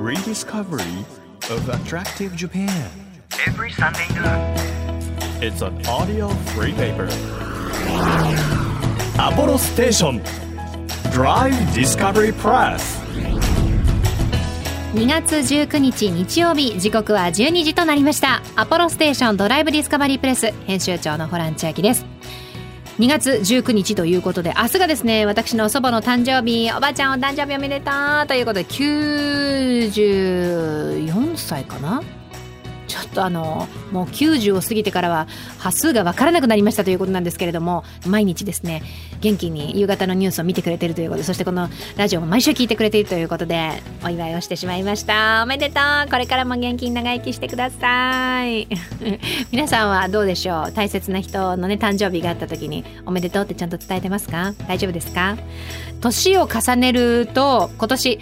rediscovery of attractive Japan. Every Sunday noon. It's an audio free paper. Apollo Station Drive Discovery Press 2月19日日曜日、時刻は12時となりました。アポロステーションドライブディスカバリープレス編集長のホラン千秋です。2月19日ということで、明日がですね、私の祖母の誕生日。おばあちゃんお誕生日おめでとうということで、94歳かな。ちょっともう90を過ぎてからは端数が分からなくなりましたということなんですけれども、毎日ですね、元気に夕方のニュースを見てくれているということで、そしてこのラジオも毎週聞いてくれているということで、お祝いをしてしまいました。おめでとう。これからも元気に長生きしてください皆さんはどうでしょう。大切な人のね、誕生日があった時におめでとうってちゃんと伝えてますか？大丈夫ですか？年を重ねると、今年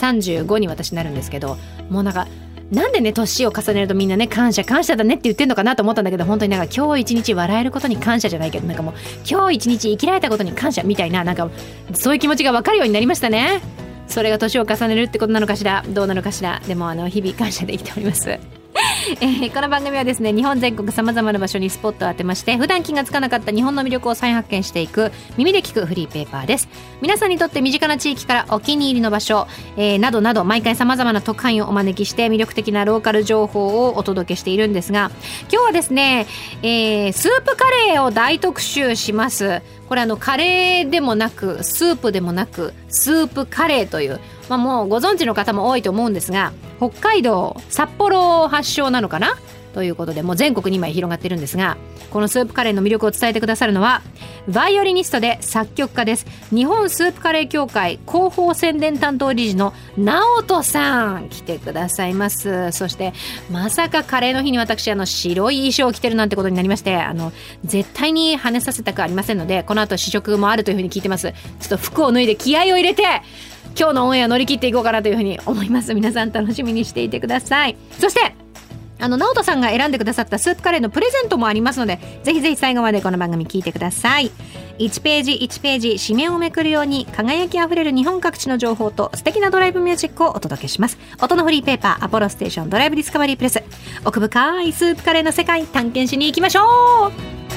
35に私なるんですけど、もうなんでね、年を重ねるとみんなね、感謝だねって言ってんのかなと思ったんだけど、本当に今日一日笑えることに感謝じゃないけど、もう今日一日生きられたことに感謝みたいな、そういう気持ちが分かるようになりましたね。それが年を重ねるってことなのかしら、どうなのかしら。でも日々感謝で生きておりますこの番組はですね、日本全国さまざまな場所にスポットを当てまして、普段気がつかなかった日本の魅力を再発見していく耳で聞くフリーペーパーです。皆さんにとって身近な地域からお気に入りの場所、などなど、毎回さまざまな特派員をお招きして魅力的なローカル情報をお届けしているんですが、今日はですね、スープカレーを大特集します。これカレーでもなくスープでもなくスープカレーという、もうご存知の方も多いと思うんですが、北海道札幌発祥なのかなということで、もう全国に今広がってるんですが、このスープカレーの魅力を伝えてくださるのはバイオリニストで作曲家です。日本スープカレー協会広報宣伝担当理事の直人さん、来てくださいます。そしてまさかカレーの日に私白い衣装を着てるなんてことになりまして、絶対に跳ねさせたくありませんので、この後試食もあるというふうに聞いてます。ちょっと服を脱いで気合を入れて今日のオンエア乗り切っていこうかなというふうに思います。皆さん楽しみにしていてください。そして直人さんが選んでくださったスープカレーのプレゼントもありますので、ぜひぜひ最後までこの番組聞いてください。1ページ1ページ紙面をめくるように輝きあふれる日本各地の情報と素敵なドライブミュージックをお届けします。音のフリーペーパーアポロステーションドライブディスカバリープレス、奥深いスープカレーの世界探検しに行きましょ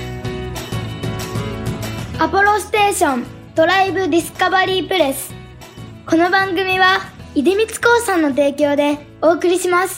う。アポロステーションドライブディスカバリープレス。この番組は出光興産の提供でお送りします。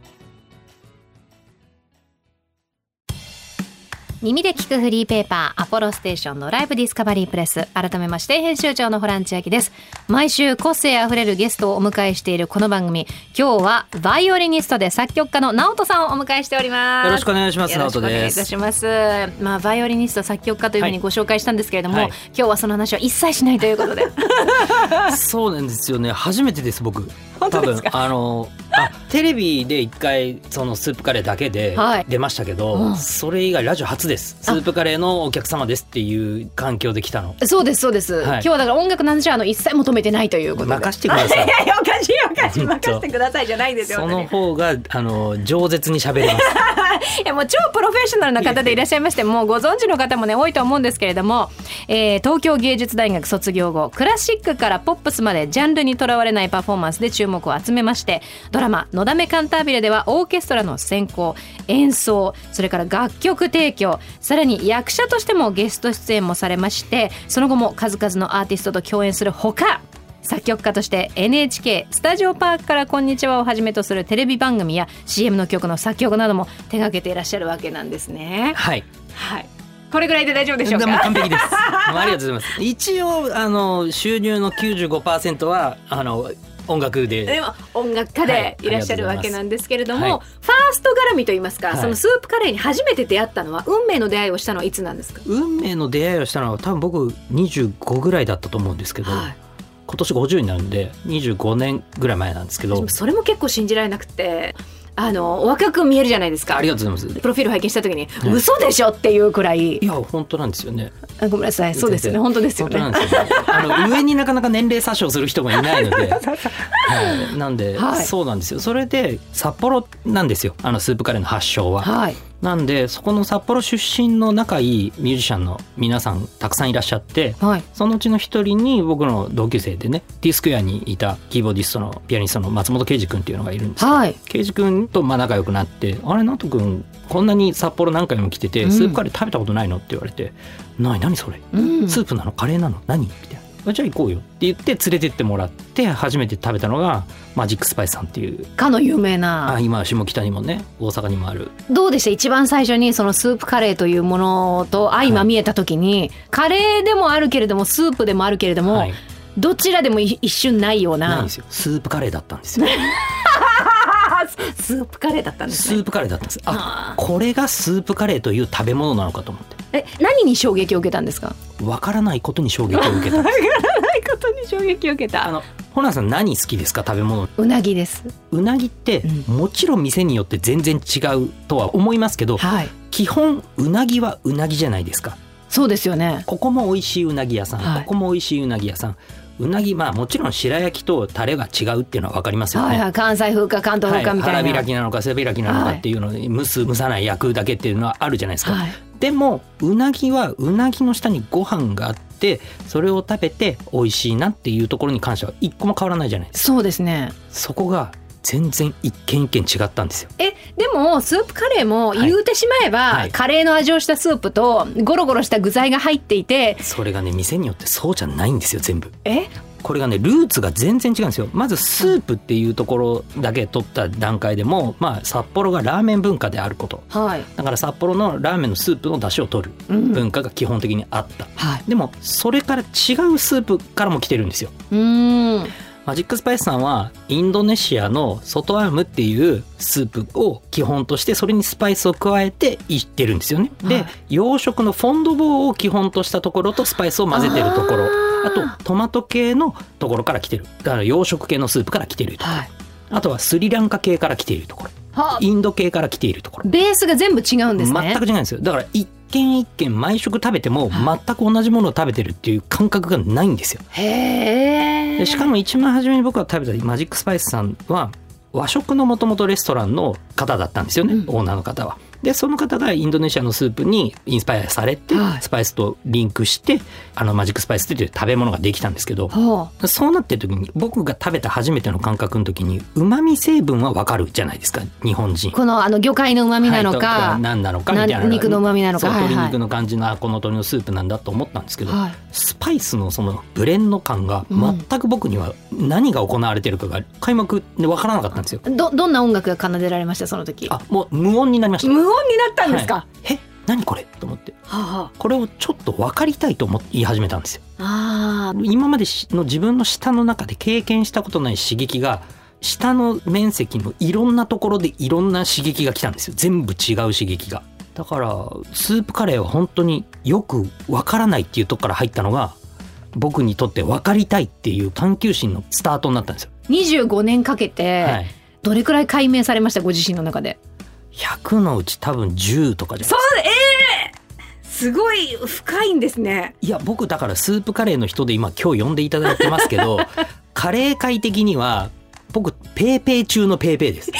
耳で聞くフリーペーパーアポロステーションのライブディスカバリープレス、改めまして編集長のホラン千秋です。毎週個性あふれるゲストをお迎えしているこの番組、今日はバイオリニストで作曲家の直人さんをお迎えしております。 よろしくお願いします。 よろしくお願いいたします。バイオリニスト作曲家というふうにご紹介したんですけれども、今日はその話は一切しないということでそうなんですよね。初めてです僕。 本当ですか？ テレビで一回そのスープカレーだけで出ましたけど、それ以外ラジオ初です。スープカレーのお客様ですっていう環境で来たの。 そうですそうです、今日はだから音楽の話は一切求めてないということで、 任してください。 いやおかしい任してくださいじゃないですよ。 その方が饒舌に喋れますいやもう超プロフェッショナルな方でいらっしゃいまして、もうご存知の方もね多いと思うんですけれども、東京芸術大学卒業後、クラシックからポップスまでジャンルにとらわれないパフォーマンスで注目を集めまして、ドラマのだめカンタービレではオーケストラの選考、演奏、それから楽曲提供、さらに役者としてもゲスト出演もされまして、その後も数々のアーティストと共演するほか、作曲家として NHK スタジオパークからこんにちはをはじめとするテレビ番組や CM の曲の作曲なども手掛けていらっしゃるわけなんですね。 はい、 これぐらいで大丈夫でしょうか？ でも完璧ですありがとうございます。一応収入の 95% は音楽でも音楽家でいらっしゃるわけなんですけれども、ファースト絡みといいますか、そのスープカレーに初めて出会ったのは、運命の出会いをしたのはいつなんですか？ 運命の出会いをしたのは多分僕25ぐらいだったと思うんですけど、今年50になるんで25年ぐらい前なんですけど、 それも結構信じられなくて、お若く見えるじゃないですか。 ありがとうございます。 プロフィール拝見した時に、嘘でしょっていうくらい。 いや本当なんですよね。 ごめんなさい。そうですよね。本当ですよね。 本当なんですよね。上になかなか年齢詐称する人もいないのでなんで、そうなんですよ。それで札幌なんですよ、スープカレーの発祥は。 なんでそこの札幌出身の仲いいミュージシャンの皆さんたくさんいらっしゃって、はい、そのうちの一人に僕の同級生でね T スクエアにいたキーボーディストのピアニストの松本圭司君っていうのがいるんですけど、はい、圭司君とまあ仲良くなって、あれナオト君こんなに札幌何回も来ててスープカレー食べたことないのって言われて、何それ、スープなのカレーなの何みたいな、じゃあ行こうよって言って連れてってもらって初めて食べたのがマジックスパイスさんっていうかの有名な、 今下北にもね大阪にもある。 どうでした？一番最初にそのスープカレーというものと相まみえた時に、はい、カレーでもあるけれどもスープでもあるけれども、はい、どちらでも一瞬ないような。 ないんですよ、スープカレーだったんですよスープカレーだったんですね。 スープカレーだったんです。これがスープカレーという食べ物なのかと思って。 何に衝撃を受けたんですか？ わからないことに衝撃を受けたんです。 わからないことに衝撃を受けた。 ホランさん何好きですか？食べ物。 うなぎです。 うなぎって、もちろん店によって全然違うとは思いますけど、はい、基本うなぎはうなぎじゃないですか。 そうですよね。 ここも美味しいうなぎ屋さん、はい、ここも美味しいうなぎ屋さん。うなぎ、もちろん白焼きとタレが違うっていうのは分かりますよね、 はいはい、関西風か関東風かみたいな、 腹開きなのか背開きなのかっていうのを蒸さない焼くだけっていうのはあるじゃないですか、はい、でもうなぎはうなぎの下にご飯があってそれを食べて美味しいなっていうところに関しては一個も変わらないじゃないですか。 そうですね。 そこが全然一見違ったんですよ。 でもスープカレーも言うてしまえば、はい、カレーの味をしたスープとゴロゴロした具材が入っていて、 それがね店によってそうじゃないんですよ全部。これがねルーツが全然違うんですよ。まずスープっていうところだけ取った段階でも、札幌がラーメン文化であること、はい、だから札幌のラーメンのスープの出汁を取る文化が基本的にあった、はい、でもそれから違うスープからも来てるんですよ。マジックスパイスさんはインドネシアのソトアームっていうスープを基本としてそれにスパイスを加えていってるんですよね、はい、で洋食のフォンドボーを基本としたところとスパイスを混ぜてるところ、あとトマト系のところから来てる、だから洋食系のスープから来てるところ、はい、あとはスリランカ系から来ているところ、インド系から来ているところ、 ベースが全部違うんですね。 全く違うんですよ。だから一軒一軒毎食食べても全く同じものを食べてるっていう感覚がないんですよ。でしかも一番初めに僕が食べたマジックスパイスさんは和食のもともとレストランの方だったんですよね、オーナーの方は。でその方がインドネシアのスープにインスパイアされて、スパイスとリンクしてマジックスパイスという食べ物ができたんですけど、そうなってる時に僕が食べた初めての感覚の時に旨味成分は分かるじゃないですか日本人。 この魚介の旨味なのか、 はい、何なのかみたいな、 肉の旨味なのか、 鶏肉の感じのこの鶏のスープなんだと思ったんですけど、スパイスのそのブレンド感が全く僕には何が行われてるかが開幕で分からなかったんですよ。 どんな音楽が奏でられましたその時？ もう無音になりました。 無音になったんですか？ 何これと思って、これをちょっと分かりたいと言い始めたんですよ。今までの自分の舌の中で経験したことない刺激が舌の面積のいろんなところでいろんな刺激が来たんですよ。全部違う刺激が。だからスープカレーは本当によく分からないっていうとこから入ったのが僕にとって分かりたいっていう探求心のスタートになったんですよ。 25年かけてどれくらい解明されましたご自身の中で ？100のうち多分10とかじゃないですか。 すごい深いんですね。 いや僕だからスープカレーの人で今呼んでいただいてますけどカレー界的には僕ペーペー中のペーペーです。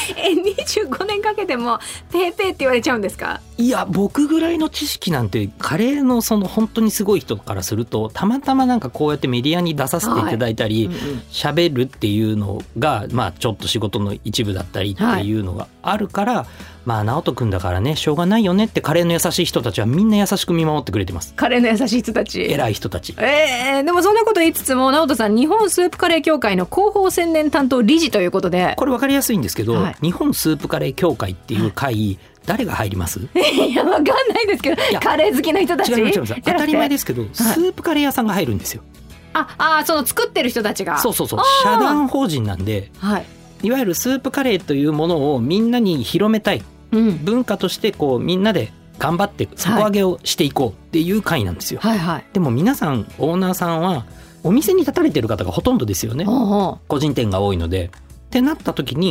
25年かけてもペーペーって言われちゃうんですか？ いや僕ぐらいの知識なんてカレーのその本当にすごい人からするとたまたまなんかこうやってメディアに出させていただいたり喋るっていうのがちょっと仕事の一部だったりっていうのがあるから、直人くんだからねしょうがないよねってカレーの優しい人たちはみんな優しく見守ってくれてます。 カレーの優しい人たち、 偉い人たち。 でもそんなこと言いつつも直人さん日本スープカレー協会の広報宣伝担当理事ということで、 これ分かりやすいんですけど、日本スープカレー協会っていう会、誰が入ります？ いや分かんないですけどカレー好きな人たち。 違います当たり前ですけど、スープカレー屋さんが入るんですよ。 その作ってる人たちが。 そう社団法人なんで、いわゆるスープカレーというものをみんなに広めたい、文化としてこうみんなで頑張って底上げをしていこうっていう会なんですよ、でも皆さんオーナーさんはお店に立たれてる方がほとんどですよね、個人店が多いので。ってなった時に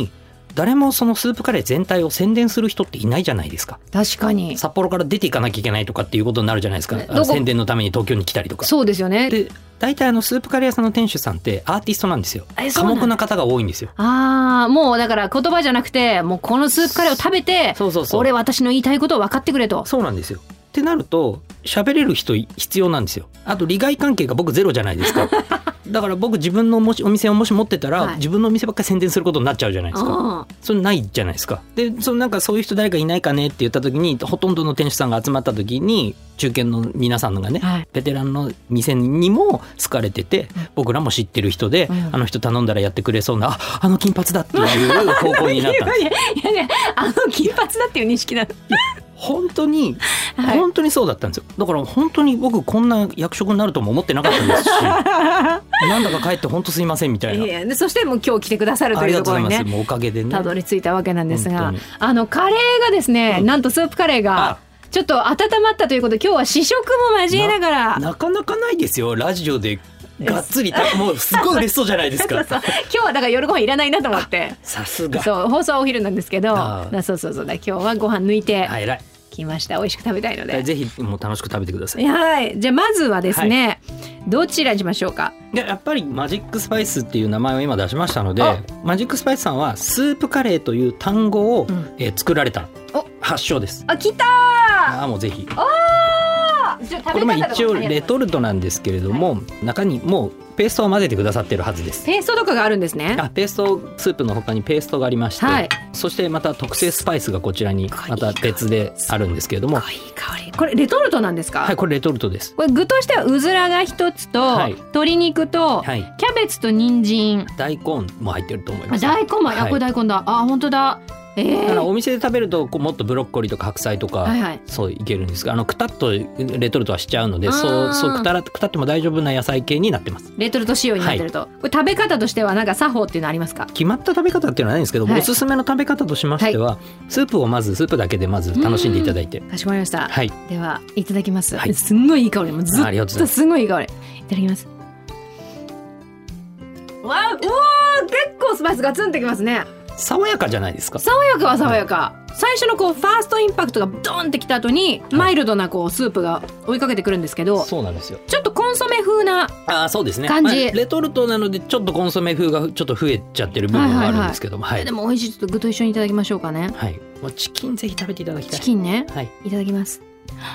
誰もそのスープカレー全体を宣伝する人っていないじゃないですか。 確かに札幌から出ていかなきゃいけないとかっていうことになるじゃないですか。宣伝のために東京に来たりとか。 そうですよね。 で大体スープカレー屋さんの店主さんってアーティストなんですよ。寡黙な方が多いんですよ。 もうだから言葉じゃなくて、もうこのスープカレーを食べて、俺私の言いたいことを分かってくれと。 そうなんですよ。ってなると喋れる人必要なんですよ。あと利害関係が僕ゼロじゃないですか。だから僕自分のお店をもし持ってたら、自分のお店ばっかり宣伝することになっちゃうじゃないですか。それないじゃないですか。でなんかそういう人誰かいないかねって言った時に、ほとんどの店主さんが集まった時に中堅の皆さんのがね、ベテランの店にも好かれてて、僕らも知ってる人で、あの人頼んだらやってくれそうな、あの金髪だっていう方向になったんです。 いやあの金髪だっていう認識なの。 本当にそうだったんですよ。だから本当に僕こんな役職になるとも思ってなかったですしなんだか帰って本当すいませんみたいな。 でそしてもう今日来てくださるというところにね、 もうおかげでねたどり着いたわけなんですが、カレーがですね、なんとスープカレーがちょっと温まったということで、今日は試食も交えながらなかなかないですよラジオでがっつりもうすごい嬉しそうじゃないですか。 今日はだから夜ご飯いらないなと思って。 さすが。 そう放送はお昼なんですけど、そうだ今日はご飯抜いて偉い来ました。美味しく食べたいのでぜひもう楽しく食べてください。 はい、じゃあまずはですね、どちらにしましょうか。 やっぱりマジックスパイスっていう名前を今出しましたので、マジックスパイスさんはスープカレーという単語を、作られた発祥です。 来たー。 もうぜひ。これも一応レトルトなんですけれども、中にもうペーストを混ぜてくださってるはずです。 ペーストとかがあるんですね。 ペーストスープの他にペーストがありまして、そしてまた特製スパイスがこちらにまた別であるんですけれども、 いい香り。これレトルトなんですか。 はい、これレトルトです。 これ具としてはうずらが一つと、鶏肉と、キャベツと人参、 大根も入ってると思います。 大根も、これ大根だ。本当だ。 だからお店で食べるともっとブロッコリーとか白菜とか、そういけるんですが、くたっとレトルトはしちゃうので、そうくたっても大丈夫な野菜系になってます。 レトルト仕様になってると、これ食べ方としてはなんか作法っていうのありますか。 決まった食べ方っていうのはないんですけど、おすすめの食べ方としましては、スープだけでまず楽しんでいただいて。 かしこまりました。ではいただきます。 はい、 すんごいいい香り、もうずっとすごいいい香り。いただきます。結構スパイスガツンってきますね。 爽やかじゃないですか。 爽やかは爽やか。最初のファーストインパクトがドーンってきた後にマイルドなスープが追いかけてくるんですけど、 そうなんですよ。 ちょっとコンソメ風なそうですね、 感じ。 レトルトなのでちょっとコンソメ風がちょっと増えちゃってる部分があるんですけども、 でも美味しい。ちょっと具と一緒にいただきましょうかね。 もうチキンぜひ食べていただきたい。 チキンね、いただきます。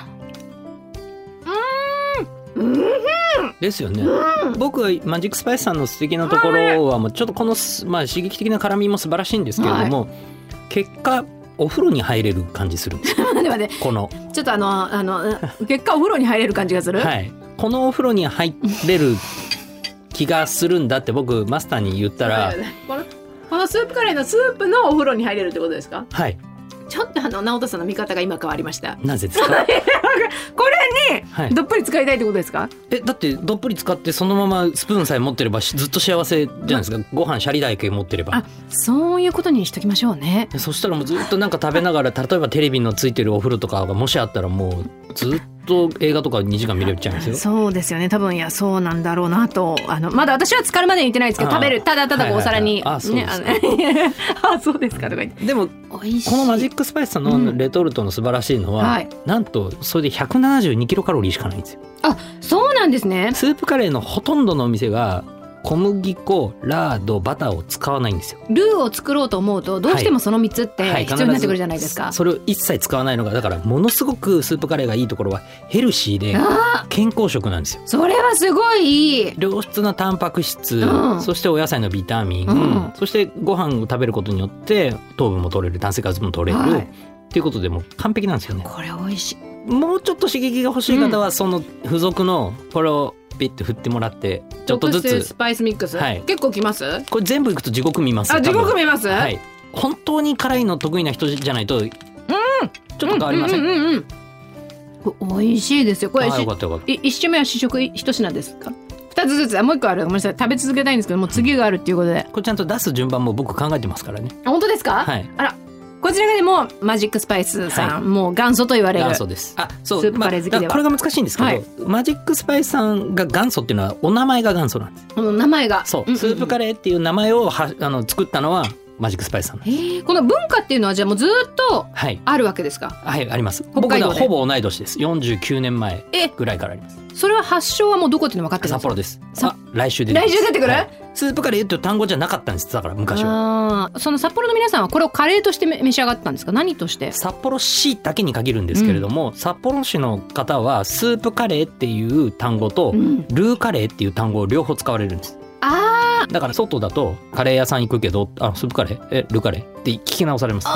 ですよね。僕はマジックスパイスさんの素敵なところはもうちょっとこの、刺激的な辛みも素晴らしいんですけれども、結果お風呂に入れる感じするんですよ。このちょっと結果お風呂に入れる感じがする。 このお風呂に入れる気がするんだって僕マスターに言ったら、 このスープカレーのスープのお風呂に入れるってことですか。ちょっと直人さんの見方が今変わりました。 なぜですか。 これにどっぷり使いたいってことですか。 だってどっぷり使ってそのままスプーンさえ持ってればずっと幸せじゃないですか。ご飯シャリだけ持ってれば。 そういうことにしときましょうね。 そしたらもうずっとなんか食べながら、例えばテレビのついてるお風呂とかがもしあったら、もうずっと映画とか2時間見れちゃいますよ。 そうですよね。多分そうなんだろうなと。まだ私は浸かるまでに行ってないですけど、食べるただお皿にそうですか。そうですかとか言って。 でもこのマジックスパイスさんのレトルトの素晴らしいのは、なんとそれで172キロカロリーしかないんですよ。 そうなんですね。 スープカレーのほとんどのお店が小麦粉、ラード、バターを使わないんですよ。 ルーを作ろうと思うとどうしてもその3つって必要になってくるじゃないですか。 それを一切使わないのが、だからものすごくスープカレーがいいところはヘルシーで健康食なんですよ。 それはすごいいい。 良質なタンパク質、そしてお野菜のビタミン、そしてご飯を食べることによって糖分も取れる、炭水化物も取れる、っていうことでもう完璧なんですよね。 これ美味しい。 もうちょっと刺激が欲しい方は、その付属のこれをピッて振ってもらって、ちょっとずつスパイスミックス、結構きます。 これ全部いくと地獄見ます。 地獄見ます。 本当に辛いの得意な人じゃないと、ちょっと変わりません。 美味しいですよ。これよかったよかった。 1種目は試食1品ですか。2つずつ。もう1個ある。ごめんなさい、食べ続けたいんですけどもう次があるっていうことで、 これちゃんと出す順番も僕考えてますからね。 本当ですか。あら、こちらがでもマジックスパイスさん、もう元祖と言われる。 元祖です。そうスープカレー好きでは、 これが難しいんですけど、マジックスパイスさんが元祖っていうのはお名前が元祖なんです。 名前がそう、スープカレーっていう名前を作ったのはマジックスパイスさん。 この文化っていうのはじゃあもうずっとあるわけですか？ はい、あります。 北海道で僕はほぼ同い年です。49年前ぐらいからあります。 それは発祥はもうどこっていうの分かってるんですか？ 札幌です。来週出てくる、はい、スープカレーっていう単語じゃなかったんです。だから昔は。その札幌の皆さんはこれをカレーとして召し上がったんですか？何として？ 札幌市だけに限るんですけれども、札幌市の方はスープカレーっていう単語と、ルーカレーっていう単語を両方使われるんです。だから外だとカレー屋さん行くけどスープカレールーカレーって聞き直されます。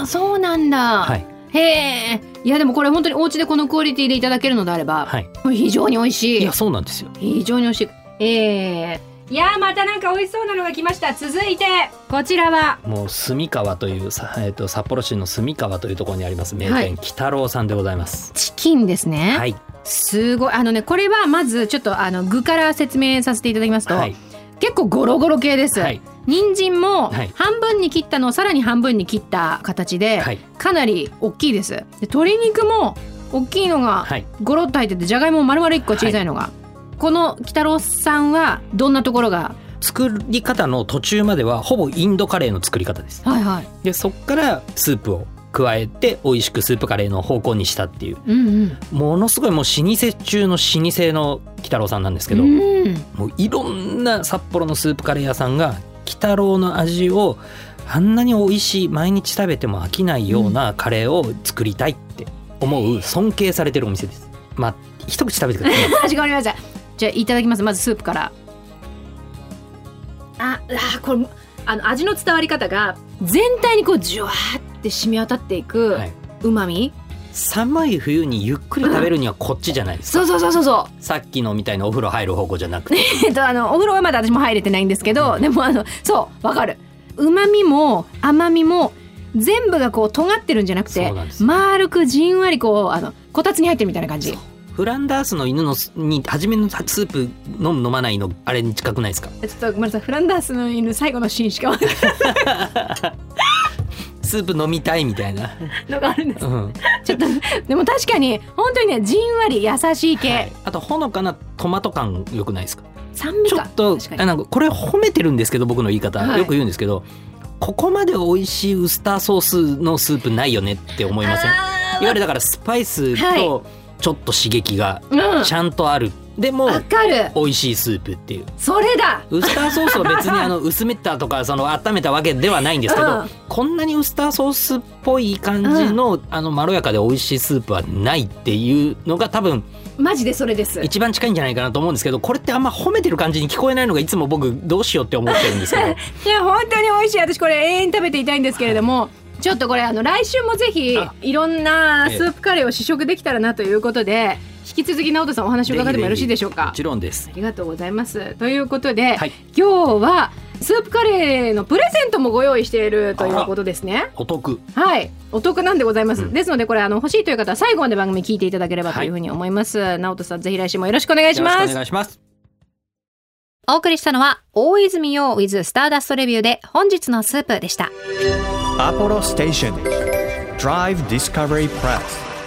そうなんだ。 はい。 へえ。いやでもこれ本当にお家でこのクオリティでいただけるのであれば、はい、非常に美味しい。 いやそうなんですよ。 非常に美味しい。いやまたなんか美味しそうなのが来ました。続いてこちらはもう住川という、札幌市の住川というところにあります名店、喜太郎さんでございます。 チキンですね。 はい。 すごいこれはまずちょっと具から説明させていただきますと、はい、結構ゴロゴロ系です。はい、人参も半分に切ったのをさらに半分に切った形で、はい、かなり大きいです。で鶏肉も大きいのがゴロッと入ってて、じゃがいもも丸々1個小さいのが、はい、この喜太郎さんはどんなところが？ 作り方の途中まではほぼインドカレーの作り方です。 はいはい。 でそっからスープを加えて美味しくスープカレーの方向にしたっていう、ものすごいもう老舗中の老舗の喜太郎さんなんですけど、もういろんな札幌のスープカレー屋さんが喜太郎の味をあんなに美味しい毎日食べても飽きないようなカレーを作りたいって思う尊敬されてるお店です。まあ一口食べてください。 かしこまりました。じゃあいただきます。まずスープから。これ味の伝わり方が全体にこうジュワーって染み渡っていくうまみ、 寒い冬にゆっくり食べるにはこっちじゃないですか。 そうさっきのみたいなお風呂入る方向じゃなくてお風呂はまだ私も入れてないんですけど、でもそうわかる。うまみも甘みも全部がこう尖ってるんじゃなくて、丸くじんわりこうこたつに入ってるみたいな感じ。 フランダースの犬に初めのスープ飲まないのあれに近くないですか？ ちょっとごめんなさい、フランダースの犬最後のシーンしか分からないスープ飲みたいみたいなのがあるんです、ちょっとでも確かに本当にねじんわり優しい系、はい、 あとほのかなトマト感良くないですか？ 酸味がちょっとこれ褒めてるんですけど、僕の言い方、よく言うんですけど、ここまで美味しいウスターソースのスープないよねって思いません？いわゆるだからスパイスとちょっと刺激がちゃんとある、でも美味しいスープっていう。 それだ。 ウスターソースを別に薄めたとか温めたわけではないんですけど、こんなにウスターソースっぽい感じのまろやかで美味しいスープはないっていうのが多分マジでそれです。 一番近いんじゃないかなと思うんですけど、これってあんま褒めてる感じに聞こえないのがいつも僕どうしようって思ってるんですけどいや本当に美味しい。私これ永遠食べていたいんですけれども、ちょっとこれ来週もぜひいろんなスープカレーを試食できたらなということで、引き続き直人さんお話を伺ってもよろしいでしょうか？ もちろんです。 ありがとうございます。ということで、今日はスープカレーのプレゼントもご用意しているということですね。 お得。 はい、お得なんでございます、ですのでこれ欲しいという方は最後まで番組聞いていただければというふうに思います、直人さんぜひ来週もよろしくお願いします。 よろしくお願いします。 お送りしたのは大泉洋 with スターダストレビューで本日のスープでした。 アポロステーション Drive Discovery Press。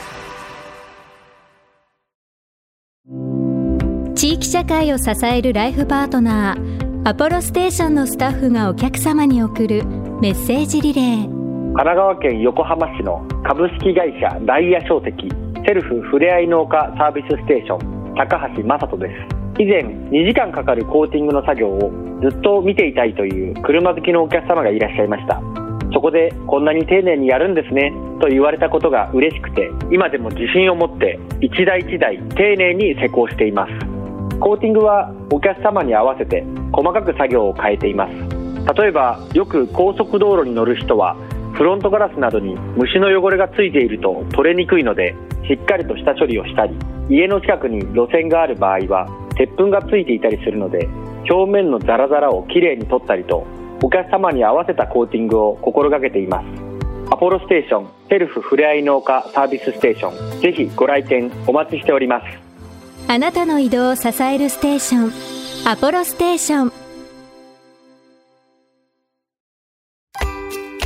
地域社会を支えるライフパートナーアポロステーションのスタッフがお客様に送るメッセージリレー。 神奈川県横浜市の株式会社ダイヤ商石セルフふれあい農家サービスステーション高橋正人です。以前2時間かかるコーティングの作業をずっと見ていたいという車好きのお客様がいらっしゃいました。そこでこんなに丁寧にやるんですねと言われたことが嬉しくて、今でも自信を持って一台一台丁寧に施工しています。コーティングはお客様に合わせて細かく作業を変えています。例えばよく高速道路に乗る人はフロントガラスなどに虫の汚れがついていると取れにくいのでしっかりと下処理をしたり、家の近くに路線がある場合は鉄粉がついていたりするので表面のザラザラをきれいに取ったりと、お客様に合わせたコーティングを心がけています。アポロステーションセルフふれあい農家サービスステーション、ぜひご来店お待ちしております。 あなたの移動を支えるステーション、アポロステーション。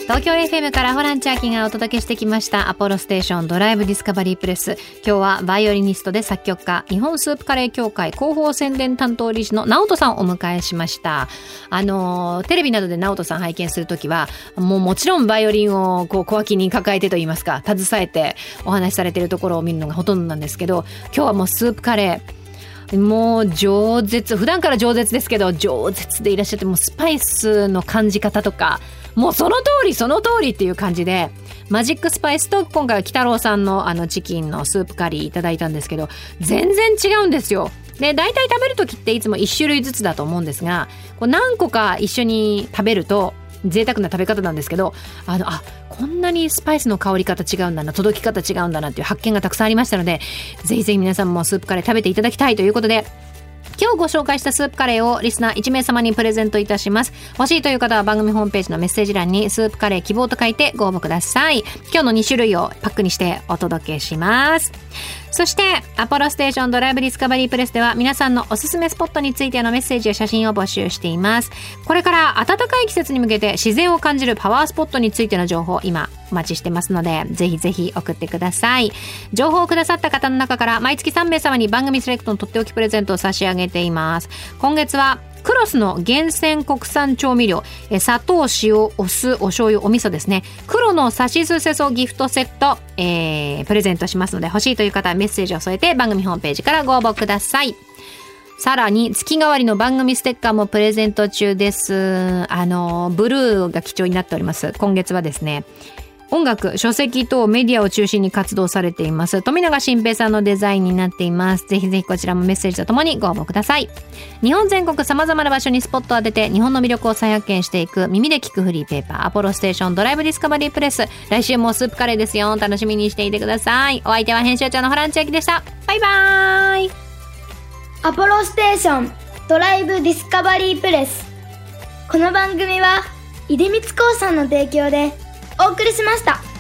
東京 FM からホラン千秋がお届けしてきましたアポロステーションドライブディスカバリープレス。今日はバイオリニストで作曲家、日本スープカレー協会広報宣伝担当理事の直人さんをお迎えしました。テレビなどで直人さん拝見するときはもちろんバイオリンを小脇に抱えてといいますか、携えてお話しされているところを見るのがほとんどなんですけど、今日はもうスープカレーもう饒舌、普段から饒舌ですけど饒舌でいらっしゃって、もうスパイスの感じ方とかもうその通りっていう感じで、マジックスパイスと今回は北郎さんのチキンのスープカリーいただいたんですけど、全然違うんですよ。で、大体食べるときっていつも1種類ずつだと思うんですが、何個か一緒に食べると贅沢な食べ方なんですけど、こんなにスパイスの香り方違うんだな、届き方違うんだなっていう発見がたくさんありましたので、ぜひぜひ皆さんもスープカレー食べていただきたいということで、今日ご紹介したスープカレーをリスナー1名様にプレゼントいたします。欲しいという方は番組ホームページのメッセージ欄にスープカレー希望と書いてご応募ください。今日の2種類をパックにしてお届けします。そしてアポロステーションドライブディスカバリープレスでは皆さんのおすすめスポットについてのメッセージや写真を募集しています。これから暖かい季節に向けて自然を感じるパワースポットについての情報、今お待ちしてますので、ぜひぜひ送ってください。情報をくださった方の中から毎月3名様に番組セレクトのとっておきプレゼントを差し上げています。今月はクロスの厳選国産調味料、砂糖、塩、お酢、お醤油、お味噌ですね。黒のさしすせそギフトセット、プレゼントしますので、欲しいという方はメッセージを添えて番組ホームページからご応募ください。さらに月替わりの番組ステッカーもプレゼント中です。ブルーが基調になっております。今月はですね、音楽、書籍等メディアを中心に活動されています富永新平さんのデザインになっています。ぜひぜひこちらもメッセージとともにご応募ください。日本全国様々な場所にスポットを当てて日本の魅力を再発見していく耳で聞くフリーペーパーアポロステーションドライブディスカバリープレス。来週もスープカレーですよ。楽しみにしていてください。お相手は編集長のホラン千秋でした。バイバーイ。 アポロステーションドライブディスカバリープレス。この番組は出光興産の提供でお送りしました。